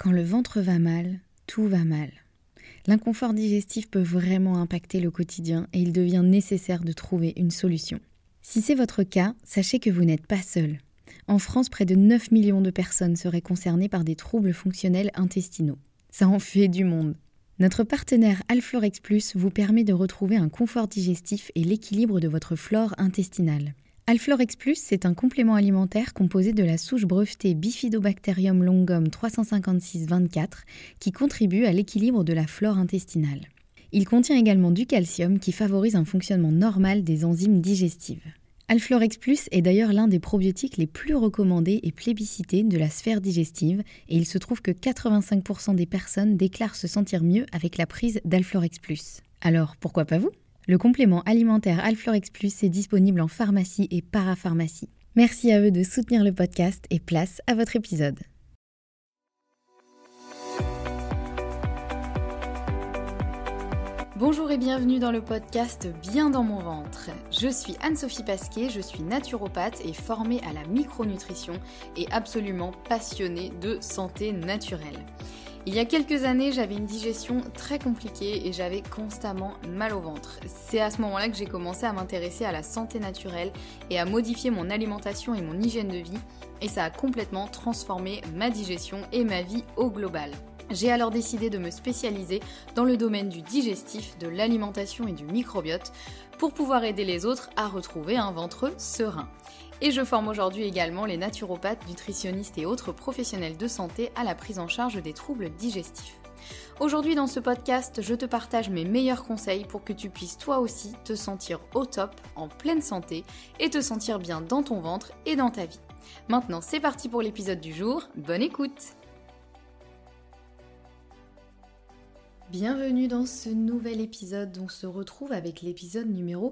Quand le ventre va mal, tout va mal. L'inconfort digestif peut vraiment impacter le quotidien et il devient nécessaire de trouver une solution. Si c'est votre cas, sachez que vous n'êtes pas seul. En France, près de 9 millions de personnes seraient concernées par des troubles fonctionnels intestinaux. Ça en fait du monde. Notre partenaire Alflorex Plus vous permet de retrouver un confort digestif et l'équilibre de votre flore intestinale. Alflorex Plus, c'est un complément alimentaire composé de la souche brevetée Bifidobacterium longum 356-24 qui contribue à l'équilibre de la flore intestinale. Il contient également du calcium qui favorise un fonctionnement normal des enzymes digestives. Alflorex Plus est d'ailleurs l'un des probiotiques les plus recommandés et plébiscités de la sphère digestive et il se trouve que 85% des personnes déclarent se sentir mieux avec la prise d'Alflorex Plus. Alors pourquoi pas vous ? Le complément alimentaire Alflorex Plus est disponible en pharmacie et parapharmacie. Merci à eux de soutenir le podcast et place à votre épisode. Bonjour et bienvenue dans le podcast Bien dans mon ventre. Je suis Anne-Sophie Pasquet, je suis naturopathe et formée à la micronutrition et absolument passionnée de santé naturelle. Il y a quelques années, j'avais une digestion très compliquée et j'avais constamment mal au ventre. C'est à ce moment-là que j'ai commencé à m'intéresser à la santé naturelle et à modifier mon alimentation et mon hygiène de vie et ça a complètement transformé ma digestion et ma vie au global. J'ai alors décidé de me spécialiser dans le domaine du digestif, de l'alimentation et du microbiote pour pouvoir aider les autres à retrouver un ventre serein. Et je forme aujourd'hui également les naturopathes, nutritionnistes et autres professionnels de santé à la prise en charge des troubles digestifs. Aujourd'hui dans ce podcast, je te partage mes meilleurs conseils pour que tu puisses toi aussi te sentir au top, en pleine santé et te sentir bien dans ton ventre et dans ta vie. Maintenant c'est parti pour l'épisode du jour, bonne écoute! Bienvenue dans ce nouvel épisode, on se retrouve avec l'épisode numéro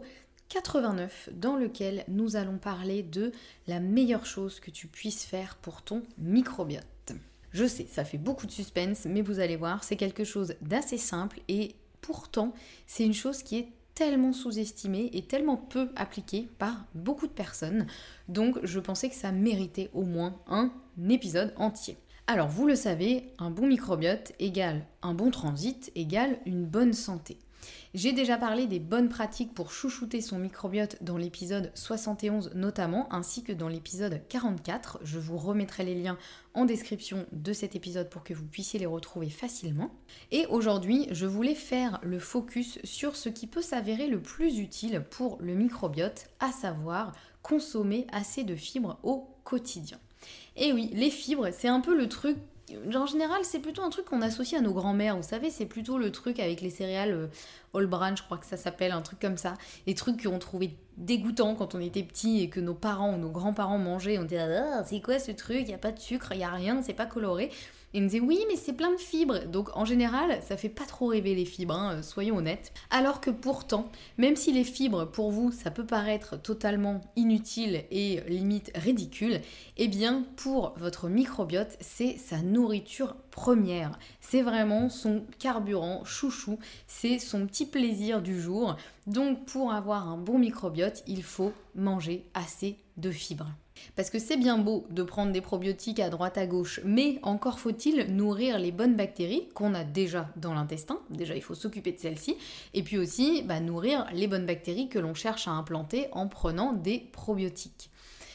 89 dans lequel nous allons parler de la meilleure chose que tu puisses faire pour ton microbiote. Je sais, ça fait beaucoup de suspense, mais vous allez voir, c'est quelque chose d'assez simple et pourtant c'est une chose qui est tellement sous-estimée et tellement peu appliquée par beaucoup de personnes, donc je pensais que ça méritait au moins un épisode entier. Alors vous le savez, un bon microbiote égale un bon transit égale une bonne santé. J'ai déjà parlé des bonnes pratiques pour chouchouter son microbiote dans l'épisode 71 notamment, ainsi que dans l'épisode 44. Je vous remettrai les liens en description de cet épisode pour que vous puissiez les retrouver facilement. Et aujourd'hui, je voulais faire le focus sur ce qui peut s'avérer le plus utile pour le microbiote, à savoir consommer assez de fibres au quotidien. Et oui, les fibres, c'est un peu le truc. En général, c'est plutôt un truc qu'on associe à nos grands-mères, vous savez, c'est plutôt le truc avec les céréales All Bran, je crois que ça s'appelle, un truc comme ça. Les trucs qu'on trouvait dégoûtants quand on était petit et que nos parents ou nos grands-parents mangeaient, on disait ah, c'est quoi ce truc, il n'y a pas de sucre, il n'y a rien, c'est pas coloré. Et ils nous disaient oui, mais c'est plein de fibres. Donc en général, ça fait pas trop rêver les fibres, soyons honnêtes. Alors que pourtant, même si les fibres pour vous, ça peut paraître totalement inutile et limite ridicule, eh bien pour votre microbiote, c'est sa nourriture première. C'est vraiment son carburant chouchou, c'est son petit plaisir du jour. Donc pour avoir un bon microbiote, il faut manger assez de fibres. Parce que c'est bien beau de prendre des probiotiques à droite à gauche, mais encore faut-il nourrir les bonnes bactéries qu'on a déjà dans l'intestin. Déjà, il faut s'occuper de celles-ci. Et puis aussi, nourrir les bonnes bactéries que l'on cherche à implanter en prenant des probiotiques.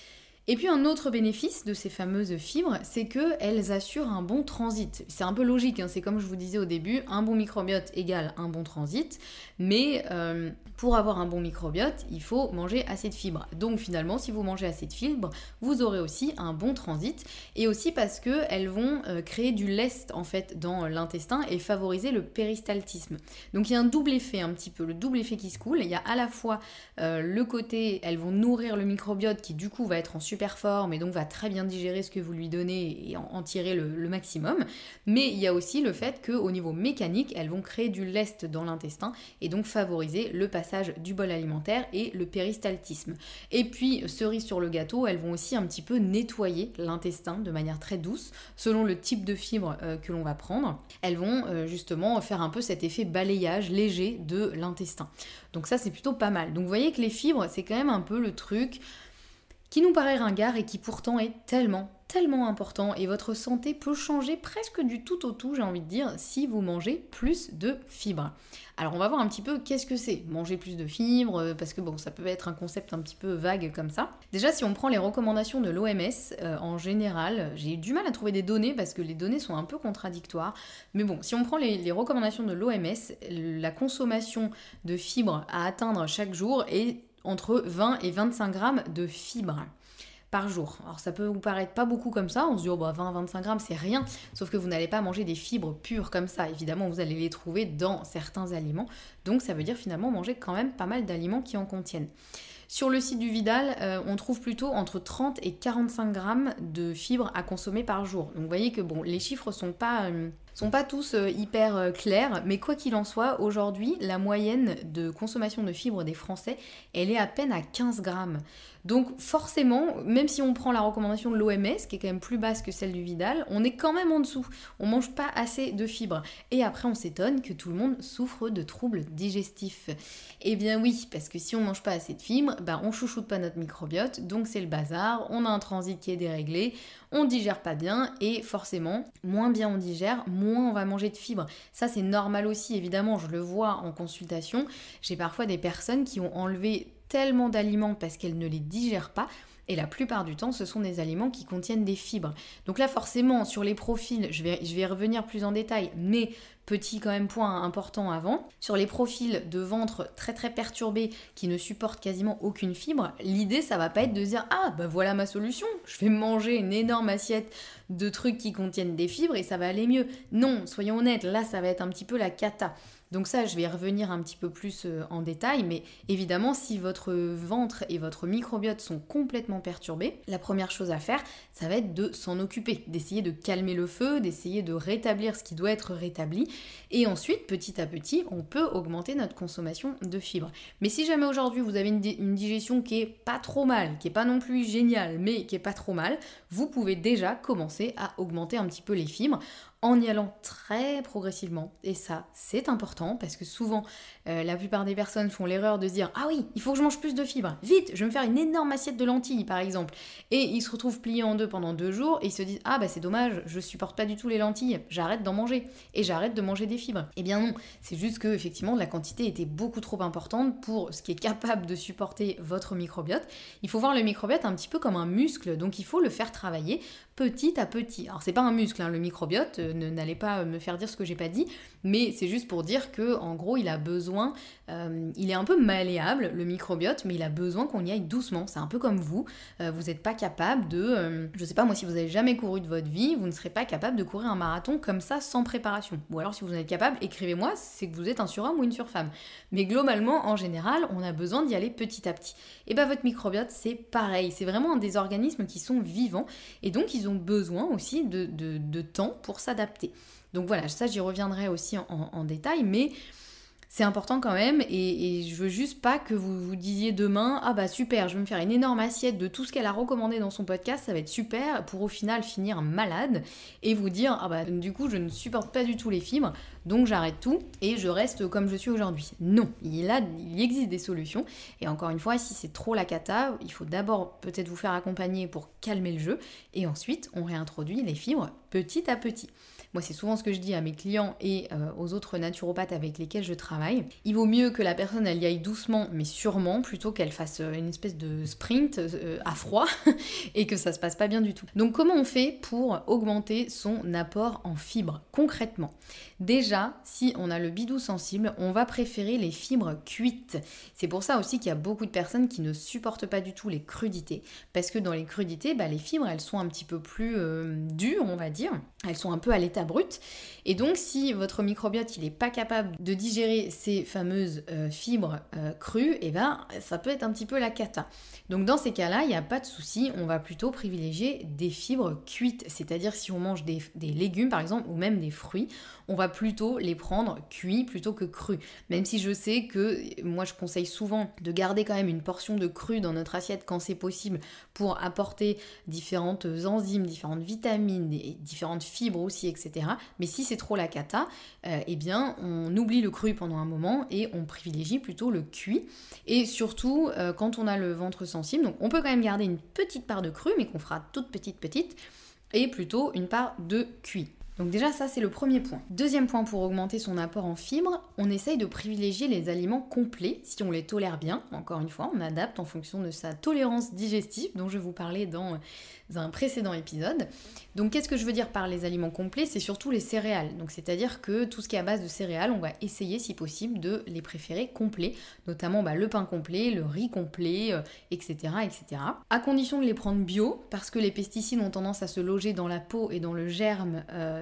Et puis un autre bénéfice de ces fameuses fibres, c'est qu'elles assurent un bon transit. C'est un peu logique, c'est comme je vous disais au début, un bon microbiote égale un bon transit, mais pour avoir un bon microbiote, il faut manger assez de fibres. Donc finalement, si vous mangez assez de fibres, vous aurez aussi un bon transit, et aussi parce qu'elles vont créer du lest en fait dans l'intestin et favoriser le péristaltisme. Donc il y a un double effet un petit peu, le double effet qui se coule. Il y a à la fois le côté, elles vont nourrir le microbiote qui du coup va être en super forme et donc va très bien digérer ce que vous lui donnez et en tirer le maximum. Mais il y a aussi le fait qu'au niveau mécanique, elles vont créer du lest dans l'intestin et donc favoriser le passage du bol alimentaire et le péristaltisme. Et puis, cerise sur le gâteau, elles vont aussi un petit peu nettoyer l'intestin de manière très douce, selon le type de fibre que l'on va prendre. Elles vont justement faire un peu cet effet balayage léger de l'intestin. Donc ça, c'est plutôt pas mal. Donc vous voyez que les fibres, c'est quand même un peu le truc qui nous paraît ringard et qui pourtant est tellement tellement important et votre santé peut changer presque du tout au tout, j'ai envie de dire, si vous mangez plus de fibres. Alors on va voir un petit peu qu'est-ce que c'est, manger plus de fibres, parce que bon, ça peut être un concept un petit peu vague comme ça. Déjà, si on prend les recommandations de l'OMS, en général, j'ai eu du mal à trouver des données parce que les données sont un peu contradictoires. Mais bon, si on prend les recommandations de l'OMS, la consommation de fibres à atteindre chaque jour est entre 20 et 25 grammes de fibres par jour. Alors ça peut vous paraître pas beaucoup comme ça, on se dit 20-25 grammes c'est rien, sauf que vous n'allez pas manger des fibres pures comme ça, évidemment vous allez les trouver dans certains aliments, donc ça veut dire finalement manger quand même pas mal d'aliments qui en contiennent. Sur le site du Vidal, on trouve plutôt entre 30 et 45 grammes de fibres à consommer par jour. Donc vous voyez que bon, les chiffres sont pas tous hyper clairs, mais quoi qu'il en soit, aujourd'hui, la moyenne de consommation de fibres des Français, elle est à peine à 15 grammes. Donc forcément, même si on prend la recommandation de l'OMS, qui est quand même plus basse que celle du Vidal, on est quand même en dessous. On mange pas assez de fibres. Et après, on s'étonne que tout le monde souffre de troubles digestifs. Eh bien oui, parce que si on mange pas assez de fibres, on chouchoute pas notre microbiote, donc c'est le bazar, on a un transit qui est déréglé, on digère pas bien, et forcément, moins bien on digère, moins on va manger de fibres. Ça c'est normal aussi, évidemment, je le vois en consultation. J'ai parfois des personnes qui ont enlevé tellement d'aliments parce qu'elles ne les digèrent pas, et la plupart du temps, ce sont des aliments qui contiennent des fibres. Donc là, forcément, sur les profils, je vais y revenir plus en détail, mais petit quand même point important avant, sur les profils de ventre très très perturbés qui ne supportent quasiment aucune fibre, l'idée ça va pas être de dire voilà ma solution, je vais manger une énorme assiette de trucs qui contiennent des fibres et ça va aller mieux. Non, soyons honnêtes, là ça va être un petit peu la cata. Donc ça, je vais y revenir un petit peu plus en détail, mais évidemment, si votre ventre et votre microbiote sont complètement perturbés, la première chose à faire, ça va être de s'en occuper, d'essayer de calmer le feu, d'essayer de rétablir ce qui doit être rétabli, et ensuite, petit à petit, on peut augmenter notre consommation de fibres. Mais si jamais aujourd'hui, vous avez une digestion qui est pas trop mal, qui est pas non plus géniale, mais qui est pas trop mal, vous pouvez déjà commencer à augmenter un petit peu les fibres, en y allant très progressivement. Et ça, c'est important parce que souvent, la plupart des personnes font l'erreur de se dire « Ah oui, il faut que je mange plus de fibres. Vite, je vais me faire une énorme assiette de lentilles, par exemple. » Et ils se retrouvent pliés en deux pendant 2 jours et ils se disent « Ah c'est dommage, je supporte pas du tout les lentilles. J'arrête d'en manger. Et j'arrête de manger des fibres. » Eh bien non, c'est juste que effectivement la quantité était beaucoup trop importante pour ce qui est capable de supporter votre microbiote. Il faut voir le microbiote un petit peu comme un muscle, donc il faut le faire travailler petit à petit. Alors c'est pas un muscle, le microbiote, n'allez pas me faire dire ce que j'ai pas dit, mais c'est juste pour dire que en gros il a besoin, il est un peu malléable le microbiote, mais il a besoin qu'on y aille doucement. C'est un peu comme vous n'êtes pas capable de, je sais pas moi, si vous avez jamais couru de votre vie, vous ne serez pas capable de courir un marathon comme ça sans préparation. Ou alors si vous en êtes capable, écrivez-moi, c'est que vous êtes un surhomme ou une surfemme. Mais globalement, en général, on a besoin d'y aller petit à petit. Et votre microbiote c'est pareil, c'est vraiment un des organismes qui sont vivants et donc ils ont besoin aussi de temps pour s'adapter. Donc voilà, ça j'y reviendrai aussi en détail, mais c'est important quand même et je veux juste pas que vous vous disiez demain super, je vais me faire une énorme assiette de tout ce qu'elle a recommandé dans son podcast, ça va être super, pour au final finir malade et vous dire du coup je ne supporte pas du tout les fibres, donc j'arrête tout et je reste comme je suis aujourd'hui. Non, il existe des solutions et encore une fois, si c'est trop la cata, il faut d'abord peut-être vous faire accompagner pour calmer le jeu et ensuite on réintroduit les fibres petit à petit. Moi, c'est souvent ce que je dis à mes clients et aux autres naturopathes avec lesquels je travaille. Il vaut mieux que la personne, elle y aille doucement, mais sûrement, plutôt qu'elle fasse une espèce de sprint à froid et que ça se passe pas bien du tout. Donc, comment on fait pour augmenter son apport en fibres concrètement ? Déjà, si on a le bidou sensible, on va préférer les fibres cuites. C'est pour ça aussi qu'il y a beaucoup de personnes qui ne supportent pas du tout les crudités. Parce que dans les crudités, les fibres, elles sont un petit peu plus dures, on va dire. Elles sont un peu à l'état brut. Et donc, si votre microbiote, il n'est pas capable de digérer ces fameuses fibres crues, ça peut être un petit peu la cata. Donc, dans ces cas-là, il n'y a pas de souci. On va plutôt privilégier des fibres cuites. C'est-à-dire, si on mange des légumes, par exemple, ou même des fruits, on va plutôt les prendre cuits plutôt que crus. Même si je sais que moi je conseille souvent de garder quand même une portion de cru dans notre assiette quand c'est possible pour apporter différentes enzymes, différentes vitamines et différentes fibres aussi, etc. Mais si c'est trop la cata, eh bien on oublie le cru pendant un moment et on privilégie plutôt le cuit. Et surtout quand on a le ventre sensible, donc on peut quand même garder une petite part de cru, mais qu'on fera toute petite, et plutôt une part de cuit. Donc déjà ça c'est le premier point. Deuxième point, pour augmenter son apport en fibres, on essaye de privilégier les aliments complets si on les tolère bien. Encore une fois, on adapte en fonction de sa tolérance digestive dont je vous parlais dans un précédent épisode. Donc qu'est-ce que je veux dire par les aliments complets? C'est surtout les céréales. Donc c'est-à-dire que tout ce qui est à base de céréales, on va essayer si possible de les préférer complets, notamment le pain complet, le riz complet, etc., etc. À condition de les prendre bio, parce que les pesticides ont tendance à se loger dans la peau et dans le germe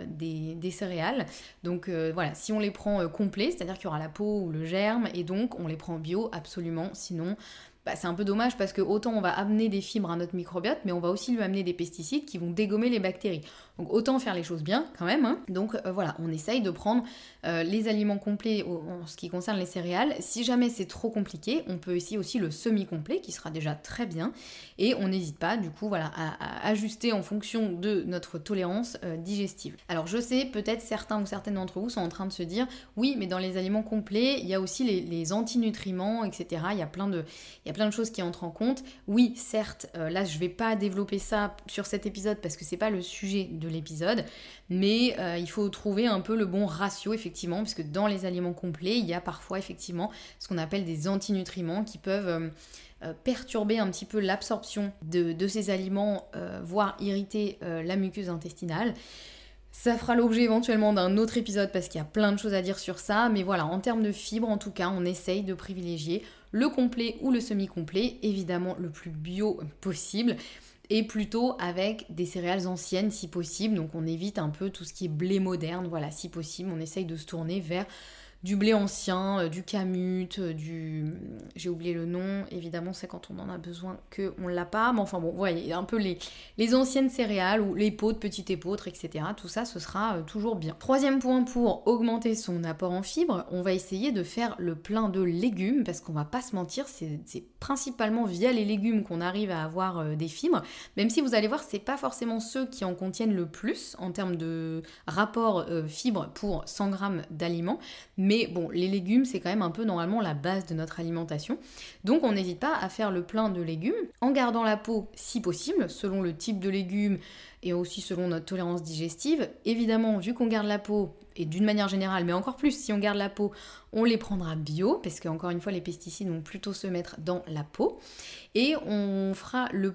des céréales. Donc voilà, si on les prend complets, c'est-à-dire qu'il y aura la peau ou le germe, et donc on les prend bio absolument, sinon c'est un peu dommage parce que autant on va amener des fibres à notre microbiote, mais on va aussi lui amener des pesticides qui vont dégommer les bactéries. Donc autant faire les choses bien quand même, hein. Donc voilà, on essaye de prendre les aliments complets en ce qui concerne les céréales. Si jamais c'est trop compliqué, on peut essayer aussi le semi-complet qui sera déjà très bien. Et on n'hésite pas du coup voilà, à ajuster en fonction de notre tolérance digestive. Alors je sais, peut-être certains ou certaines d'entre vous sont en train de se dire oui, mais dans les aliments complets, il y a aussi les antinutriments, etc. Il y a plein de choses qui entrent en compte. Oui, certes, là je vais pas développer ça sur cet épisode parce que c'est pas le sujet de l'épisode, mais il faut trouver un peu le bon ratio effectivement, parce que dans les aliments complets, il y a parfois effectivement ce qu'on appelle des antinutriments qui peuvent perturber un petit peu l'absorption de ces aliments, voire irriter la muqueuse intestinale. Ça fera l'objet éventuellement d'un autre épisode parce qu'il y a plein de choses à dire sur ça, mais voilà, en termes de fibres en tout cas, on essaye de privilégier le complet ou le semi-complet, évidemment le plus bio possible, et plutôt avec des céréales anciennes si possible, donc on évite un peu tout ce qui est blé moderne, voilà, si possible, on essaye de se tourner vers du blé ancien, du kamut, j'ai oublié le nom, évidemment c'est quand on en a besoin qu'on l'a pas, mais enfin bon, vous voyez, un peu les anciennes céréales ou l'épeautre, petite épeautre, etc. Tout ça, ce sera toujours bien. Troisième point, pour augmenter son apport en fibres, on va essayer de faire le plein de légumes, parce qu'on va pas se mentir, c'est principalement via les légumes qu'on arrive à avoir des fibres, même si vous allez voir, c'est pas forcément ceux qui en contiennent le plus en termes de rapport fibres pour 100 grammes d'aliments, mais bon, les légumes, c'est quand même un peu normalement la base de notre alimentation. Donc on n'hésite pas à faire le plein de légumes en gardant la peau si possible, selon le type de légumes et aussi selon notre tolérance digestive. Évidemment, vu qu'on garde la peau, et d'une manière générale, mais encore plus si on garde la peau, on les prendra bio, parce qu'encore une fois, les pesticides vont plutôt se mettre dans la peau. Et on fera le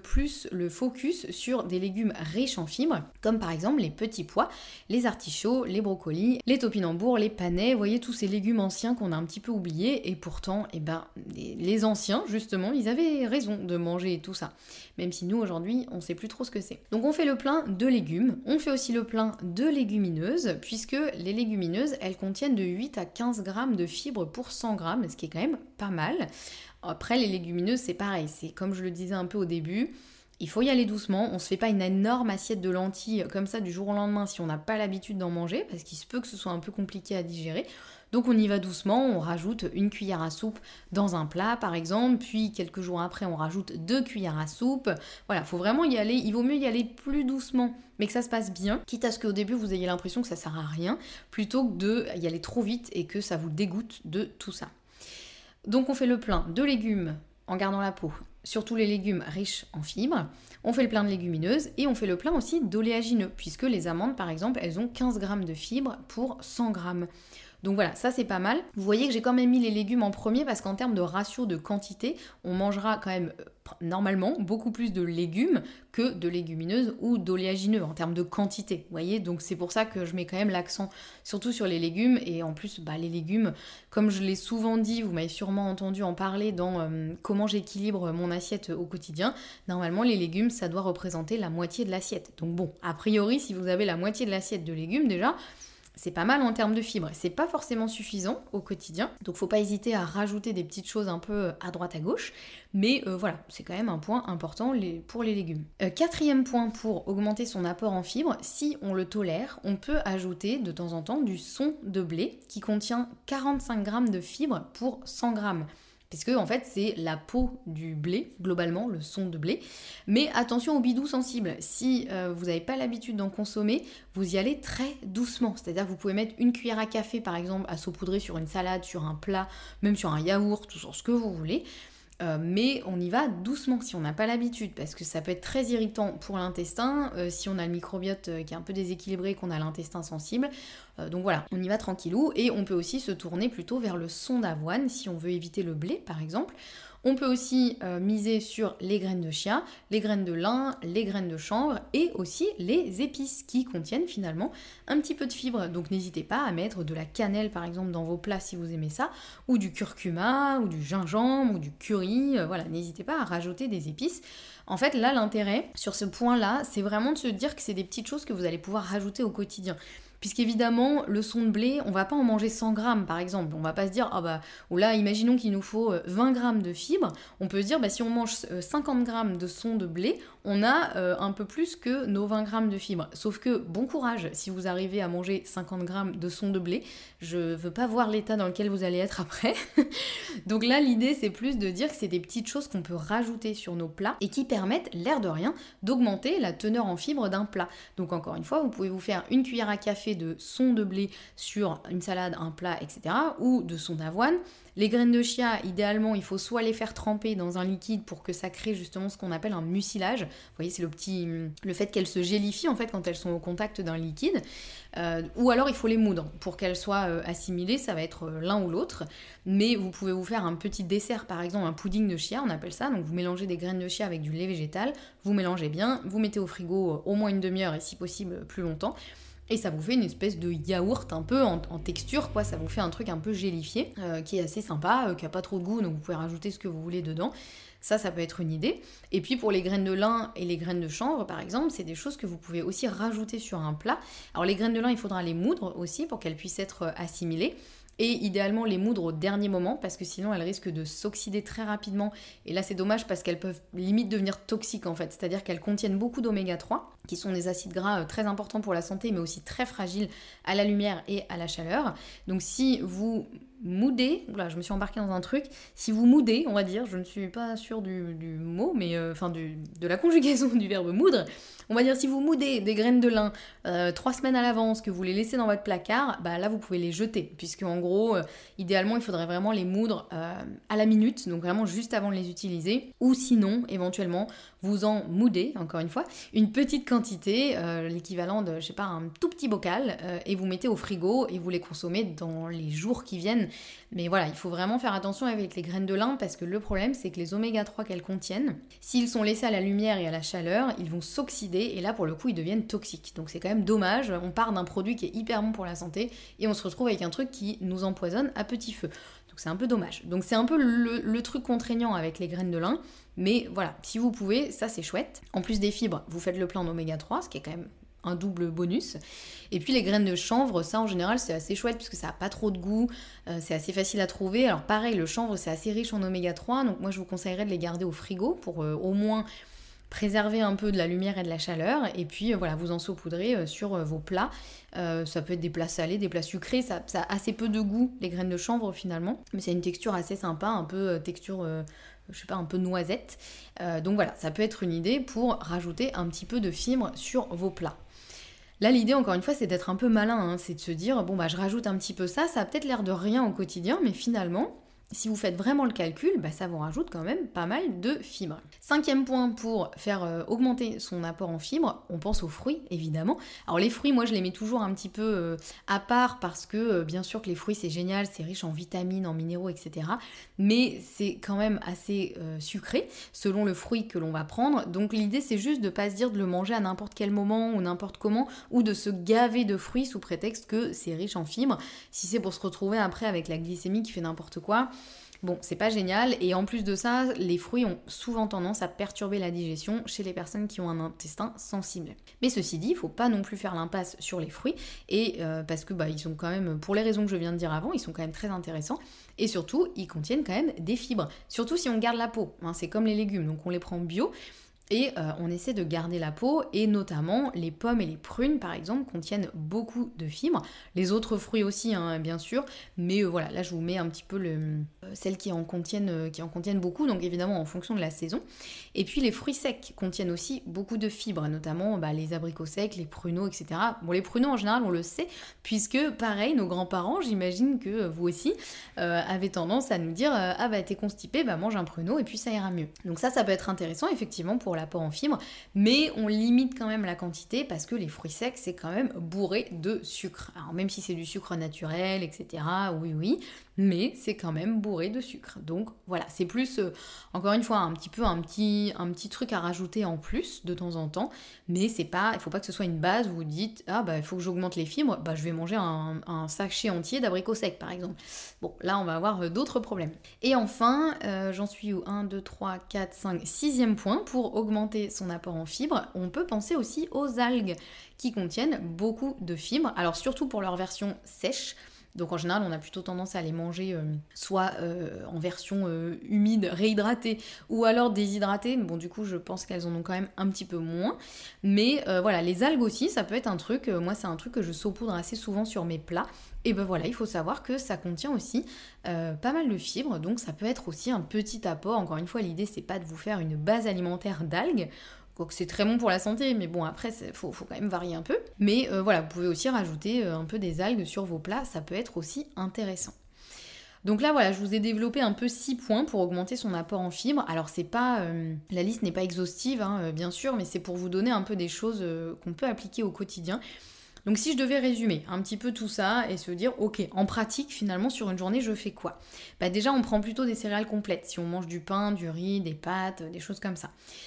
focus sur des légumes riches en fibres, comme par exemple les petits pois, les artichauts, les brocolis, les topinambours, les panais, vous voyez tous ces légumes anciens qu'on a un petit peu oubliés, et pourtant, les anciens, justement, ils avaient raison de manger tout ça. Même si nous, aujourd'hui, on sait plus trop ce que c'est. Donc on fait le plein de légumes, on fait aussi le plein de légumineuses, puisque les légumineuses, elles contiennent de 8 à 15 grammes de fibres pour 100 grammes, ce qui est quand même pas mal. Après, les légumineuses, c'est pareil, c'est comme je le disais un peu au début, il faut y aller doucement, on se fait pas une énorme assiette de lentilles comme ça du jour au lendemain si on n'a pas l'habitude d'en manger, parce qu'il se peut que ce soit un peu compliqué à digérer. Donc on y va doucement, on rajoute une cuillère à soupe dans un plat par exemple, puis quelques jours après on rajoute 2 cuillères à soupe. Voilà, faut vraiment y aller, il vaut mieux y aller plus doucement, mais que ça se passe bien, quitte à ce qu'au début vous ayez l'impression que ça sert à rien, plutôt que d'y aller trop vite et que ça vous dégoûte de tout ça. Donc on fait le plein de légumes en gardant la peau, surtout les légumes riches en fibres, on fait le plein de légumineuses et on fait le plein aussi d'oléagineux, puisque les amandes par exemple, elles ont 15 grammes de fibres pour 100 grammes. Donc voilà, ça c'est pas mal. Vous voyez que j'ai quand même mis les légumes en premier parce qu'en termes de ratio de quantité, on mangera quand même normalement beaucoup plus de légumes que de légumineuses ou d'oléagineux en termes de quantité. Vous voyez, donc c'est pour ça que je mets quand même l'accent surtout sur les légumes. Et en plus, les légumes, comme je l'ai souvent dit, vous m'avez sûrement entendu en parler dans comment j'équilibre mon assiette au quotidien. Normalement, les légumes, ça doit représenter la moitié de l'assiette. Donc bon, a priori, si vous avez la moitié de l'assiette de légumes déjà, c'est pas mal en termes de fibres, c'est pas forcément suffisant au quotidien, donc faut pas hésiter à rajouter des petites choses un peu à droite à gauche, mais voilà, c'est quand même un point important pour les légumes. Quatrième point pour augmenter son apport en fibres, si on le tolère, on peut ajouter de temps en temps du son de blé qui contient 45 grammes de fibres pour 100 grammes. Parce que en fait c'est la peau du blé, globalement le son de blé. Mais attention aux bidous sensibles, si vous n'avez pas l'habitude d'en consommer, vous y allez très doucement. C'est-à-dire que vous pouvez mettre une cuillère à café par exemple à saupoudrer sur une salade, sur un plat, même sur un yaourt, ou sur ce que vous voulez. Mais on y va doucement si on n'a pas l'habitude, parce que ça peut être très irritant pour l'intestin, si on a le microbiote qui est un peu déséquilibré, qu'on a l'intestin sensible. Donc voilà, on y va tranquillou, et on peut aussi se tourner plutôt vers le son d'avoine si on veut éviter le blé par exemple. On peut aussi miser sur les graines de chia, les graines de lin, les graines de chanvre et aussi les épices qui contiennent finalement un petit peu de fibres. Donc n'hésitez pas à mettre de la cannelle par exemple dans vos plats si vous aimez ça, ou du curcuma, ou du gingembre, ou du curry. Voilà, n'hésitez pas à rajouter des épices. En fait, là, l'intérêt sur ce point-là, c'est vraiment de se dire que c'est des petites choses que vous allez pouvoir rajouter au quotidien. Puisqu'évidemment, le son de blé, on va pas en manger 100 grammes par exemple. On va pas se dire, ou là, imaginons qu'il nous faut 20 grammes de fibres. On peut se dire, si on mange 50 grammes de son de blé, on a un peu plus que nos 20 grammes de fibres. Sauf que, bon courage, si vous arrivez à manger 50 grammes de son de blé, je veux pas voir l'état dans lequel vous allez être après. Donc là, l'idée, c'est plus de dire que c'est des petites choses qu'on peut rajouter sur nos plats et qui permettent, l'air de rien, d'augmenter la teneur en fibres d'un plat. Donc encore une fois, vous pouvez vous faire une cuillère à café de son de blé sur une salade, un plat, etc. ou de son d'avoine. Les graines de chia, idéalement, il faut soit les faire tremper dans un liquide pour que ça crée justement ce qu'on appelle un mucilage. Vous voyez, c'est le fait qu'elles se gélifient en fait quand elles sont au contact d'un liquide. Ou alors il faut les moudre pour qu'elles soient assimilées, ça va être l'un ou l'autre. Mais vous pouvez vous faire un petit dessert, par exemple un pudding de chia, on appelle ça. Donc vous mélangez des graines de chia avec du lait végétal, vous mélangez bien, vous mettez au frigo au moins une demi-heure et si possible plus longtemps. Et ça vous fait une espèce de yaourt un peu en texture, quoi. Ça vous fait un truc un peu gélifié, qui est assez sympa, qui a pas trop de goût, donc vous pouvez rajouter ce que vous voulez dedans. Ça peut être une idée. Et puis pour les graines de lin et les graines de chanvre, par exemple, c'est des choses que vous pouvez aussi rajouter sur un plat. Alors les graines de lin, il faudra les moudre aussi pour qu'elles puissent être assimilées. Et idéalement les moudre au dernier moment parce que sinon elles risquent de s'oxyder très rapidement. Et là c'est dommage parce qu'elles peuvent limite devenir toxiques en fait. C'est-à-dire qu'elles contiennent beaucoup d'oméga 3 qui sont des acides gras très importants pour la santé mais aussi très fragiles à la lumière et à la chaleur. Donc si vous moudez, là je me suis embarquée dans un truc, si vous moudez, on va dire, je ne suis pas sûre du mot, mais de la conjugaison du verbe moudre, on va dire si vous moudez des graines de lin 3 semaines à l'avance, que vous les laissez dans votre placard, là vous pouvez les jeter, puisque en gros, idéalement il faudrait vraiment les moudre à la minute, donc vraiment juste avant de les utiliser, ou sinon, éventuellement, vous en moudez, encore une fois, une petite quantité, l'équivalent de, je sais pas, un tout petit bocal, et vous mettez au frigo et vous les consommez dans les jours qui viennent. Mais voilà, il faut vraiment faire attention avec les graines de lin parce que le problème c'est que les oméga 3 qu'elles contiennent, s'ils sont laissés à la lumière et à la chaleur, ils vont s'oxyder et là pour le coup ils deviennent toxiques. Donc c'est quand même dommage, on part d'un produit qui est hyper bon pour la santé et on se retrouve avec un truc qui nous empoisonne à petit feu. Donc c'est un peu dommage. Donc c'est un peu le truc contraignant avec les graines de lin. Mais voilà, si vous pouvez, ça c'est chouette. En plus des fibres, vous faites le plein en oméga 3, ce qui est quand même un double bonus. Et puis les graines de chanvre, ça en général c'est assez chouette parce que ça n'a pas trop de goût, c'est assez facile à trouver. Alors pareil, le chanvre c'est assez riche en oméga 3, donc moi je vous conseillerais de les garder au frigo pour au moins préserver un peu de la lumière et de la chaleur. Et puis voilà, vous en saupoudrez sur vos plats. Ça peut être des plats salés, des plats sucrés, ça a assez peu de goût les graines de chanvre finalement, mais c'est une texture assez sympa, un peu texture... je sais pas, un peu noisette. Donc voilà, ça peut être une idée pour rajouter un petit peu de fibres sur vos plats. Là, l'idée, encore une fois, c'est d'être un peu malin, hein, c'est de se dire, je rajoute un petit peu ça a peut-être l'air de rien au quotidien, mais finalement, si vous faites vraiment le calcul, ça vous rajoute quand même pas mal de fibres. 5e point pour faire augmenter son apport en fibres, on pense aux fruits, évidemment. Alors les fruits, moi je les mets toujours un petit peu à part parce que bien sûr que les fruits c'est génial, c'est riche en vitamines, en minéraux, etc. Mais c'est quand même assez sucré selon le fruit que l'on va prendre. Donc l'idée c'est juste de pas se dire de le manger à n'importe quel moment ou n'importe comment, ou de se gaver de fruits sous prétexte que c'est riche en fibres. Si c'est pour se retrouver après avec la glycémie qui fait n'importe quoi, bon, c'est pas génial, et en plus de ça, les fruits ont souvent tendance à perturber la digestion chez les personnes qui ont un intestin sensible. Mais ceci dit, il faut pas non plus faire l'impasse sur les fruits, et parce que ils sont quand même, pour les raisons que je viens de dire avant, ils sont quand même très intéressants, et surtout, ils contiennent quand même des fibres, surtout si on garde la peau, hein, c'est comme les légumes, donc on les prend bio, et on essaie de garder la peau, et notamment les pommes et les prunes par exemple contiennent beaucoup de fibres, les autres fruits aussi hein, bien sûr, mais voilà, là je vous mets un petit peu celles qui en contiennent beaucoup, donc évidemment en fonction de la saison. Et puis les fruits secs contiennent aussi beaucoup de fibres, notamment les abricots secs, les pruneaux, etc. Bon, les pruneaux en général on le sait, puisque pareil, nos grands-parents, j'imagine que vous aussi, avaient tendance à nous dire ah bah t'es constipé, bah mange un pruneau et puis ça ira mieux. Donc ça peut être intéressant effectivement pour l'apport en fibres, mais on limite quand même la quantité parce que les fruits secs c'est quand même bourré de sucre. Alors même si c'est du sucre naturel, etc. Oui, mais c'est quand même bourré de sucre. Donc voilà, c'est plus, encore une fois, un petit truc à rajouter en plus de temps en temps, mais il faut pas que ce soit une base où vous dites ah bah il faut que j'augmente les fibres, bah je vais manger un sachet entier d'abricots secs par exemple. Bon, là on va avoir d'autres problèmes. Et enfin, j'en suis au 1, 2, 3, 4, 5, 6e point, pour augmenter son apport en fibres, on peut penser aussi aux algues qui contiennent beaucoup de fibres, alors surtout pour leur version sèche. Donc en général, on a plutôt tendance à les manger soit en version humide, réhydratée, ou alors déshydratée. Bon, du coup, je pense qu'elles en ont quand même un petit peu moins. Mais voilà, les algues aussi, ça peut être un truc, moi c'est un truc que je saupoudre assez souvent sur mes plats. Et ben voilà, il faut savoir que ça contient aussi pas mal de fibres, donc ça peut être aussi un petit apport. Encore une fois, l'idée c'est pas de vous faire une base alimentaire d'algues, quoique c'est très bon pour la santé, mais bon après faut quand même varier un peu. Mais voilà, vous pouvez aussi rajouter un peu des algues sur vos plats, ça peut être aussi intéressant. Donc là voilà, je vous ai développé un peu 6 points pour augmenter son apport en fibres. Alors c'est pas, la liste n'est pas exhaustive bien sûr, mais c'est pour vous donner un peu des choses qu'on peut appliquer au quotidien. Donc si je devais résumer un petit peu tout ça et se dire ok, en pratique finalement sur une journée je fais quoi ? Bah déjà on prend plutôt des céréales complètes, si on mange du pain, du riz, des pâtes, des choses comme ça.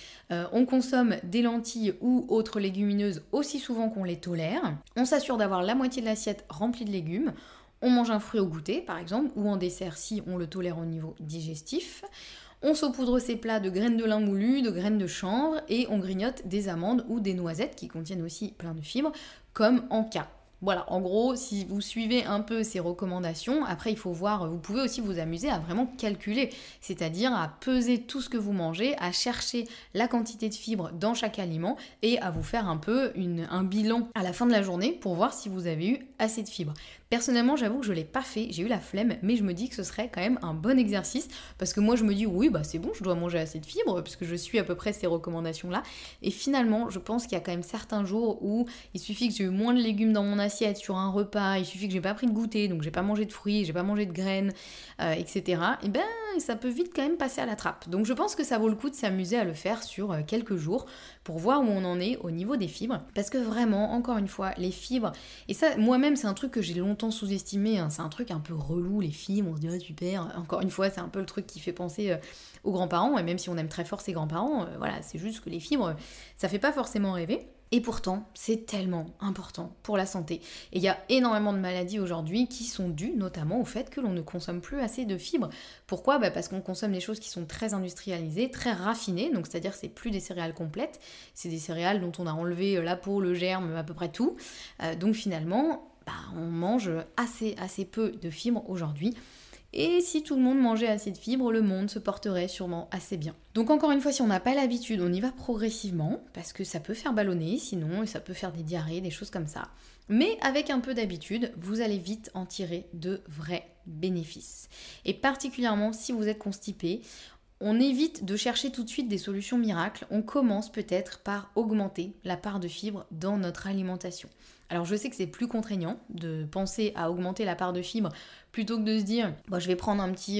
On consomme des lentilles ou autres légumineuses aussi souvent qu'on les tolère. On s'assure d'avoir la moitié de l'assiette remplie de légumes. On mange un fruit au goûter par exemple, ou en dessert si on le tolère au niveau digestif. On saupoudre ses plats de graines de lin moulues, de graines de chanvre, et on grignote des amandes ou des noisettes qui contiennent aussi plein de fibres, comme en cas. Voilà, en gros, si vous suivez un peu ces recommandations, après il faut voir, vous pouvez aussi vous amuser à vraiment calculer, c'est-à-dire à peser tout ce que vous mangez, à chercher la quantité de fibres dans chaque aliment et à vous faire un peu un bilan à la fin de la journée pour voir si vous avez eu assez de fibres. Personnellement, j'avoue que je ne l'ai pas fait, j'ai eu la flemme, mais je me dis que ce serait quand même un bon exercice, parce que moi je me dis oui, bah c'est bon, je dois manger assez de fibres, puisque je suis à peu près ces recommandations-là, et finalement, je pense qu'il y a quand même certains jours où il suffit que j'ai eu moins de légumes dans mon assiette sur un repas, il suffit que j'ai pas pris de goûter, donc j'ai pas mangé de fruits, j'ai pas mangé de graines, etc. Et ben, ça peut vite quand même passer à la trappe. Donc je pense que ça vaut le coup de s'amuser à le faire sur quelques jours, pour voir où on en est au niveau des fibres, parce que vraiment, encore une fois, les fibres, et ça, moi-même, c'est un truc que j'ai longtemps sous-estimé, hein, c'est un truc un peu relou, les fibres, on se dit oh, super, encore une fois, c'est un peu le truc qui fait penser aux grands-parents, et même si on aime très fort ses grands-parents, voilà, c'est juste que les fibres, ça fait pas forcément rêver. Et pourtant, c'est tellement important pour la santé. Et il y a énormément de maladies aujourd'hui qui sont dues notamment au fait que l'on ne consomme plus assez de fibres. Pourquoi ? Parce qu'on consomme des choses qui sont très industrialisées, très raffinées, donc c'est-à-dire c'est plus des céréales complètes, c'est des céréales dont on a enlevé la peau, le germe, à peu près tout. Donc finalement, on mange assez peu de fibres aujourd'hui. Et si tout le monde mangeait assez de fibres, le monde se porterait sûrement assez bien. Donc encore une fois, si on n'a pas l'habitude, on y va progressivement, parce que ça peut faire ballonner sinon, et ça peut faire des diarrhées, des choses comme ça. Mais avec un peu d'habitude, vous allez vite en tirer de vrais bénéfices. Et particulièrement si vous êtes constipé, on évite de chercher tout de suite des solutions miracles, on commence peut-être par augmenter la part de fibres dans notre alimentation. Alors je sais que c'est plus contraignant de penser à augmenter la part de fibres plutôt que de se dire je vais prendre un petit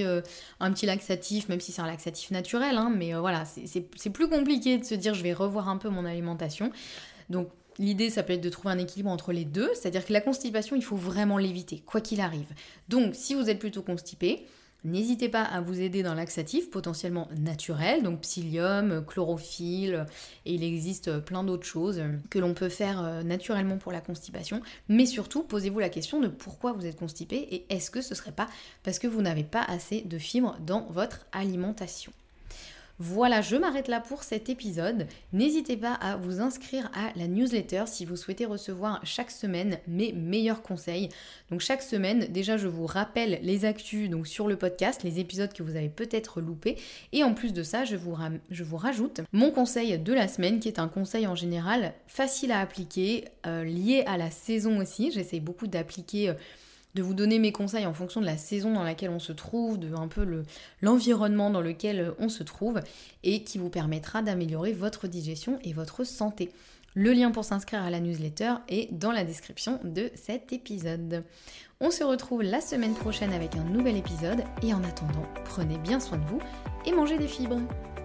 laxatif, même si c'est un laxatif naturel, hein, mais voilà, c'est plus compliqué de se dire je vais revoir un peu mon alimentation. Donc l'idée, ça peut être de trouver un équilibre entre les deux, c'est-à-dire que la constipation, il faut vraiment l'éviter, quoi qu'il arrive. Donc si vous êtes plutôt constipé, n'hésitez pas à vous aider d'un laxatif potentiellement naturel, donc psyllium, chlorophylle, et il existe plein d'autres choses que l'on peut faire naturellement pour la constipation. Mais surtout, posez-vous la question de pourquoi vous êtes constipé et est-ce que ce serait pas parce que vous n'avez pas assez de fibres dans votre alimentation. Voilà, je m'arrête là pour cet épisode. N'hésitez pas à vous inscrire à la newsletter si vous souhaitez recevoir chaque semaine mes meilleurs conseils. Donc chaque semaine, déjà je vous rappelle les actus donc sur le podcast, les épisodes que vous avez peut-être loupés. Et en plus de ça, je vous rajoute mon conseil de la semaine qui est un conseil en général facile à appliquer, lié à la saison aussi. J'essaie beaucoup d'appliquer de vous donner mes conseils en fonction de la saison dans laquelle on se trouve, de un peu l'environnement dans lequel on se trouve et qui vous permettra d'améliorer votre digestion et votre santé. Le lien pour s'inscrire à la newsletter est dans la description de cet épisode. On se retrouve la semaine prochaine avec un nouvel épisode et en attendant, prenez bien soin de vous et mangez des fibres.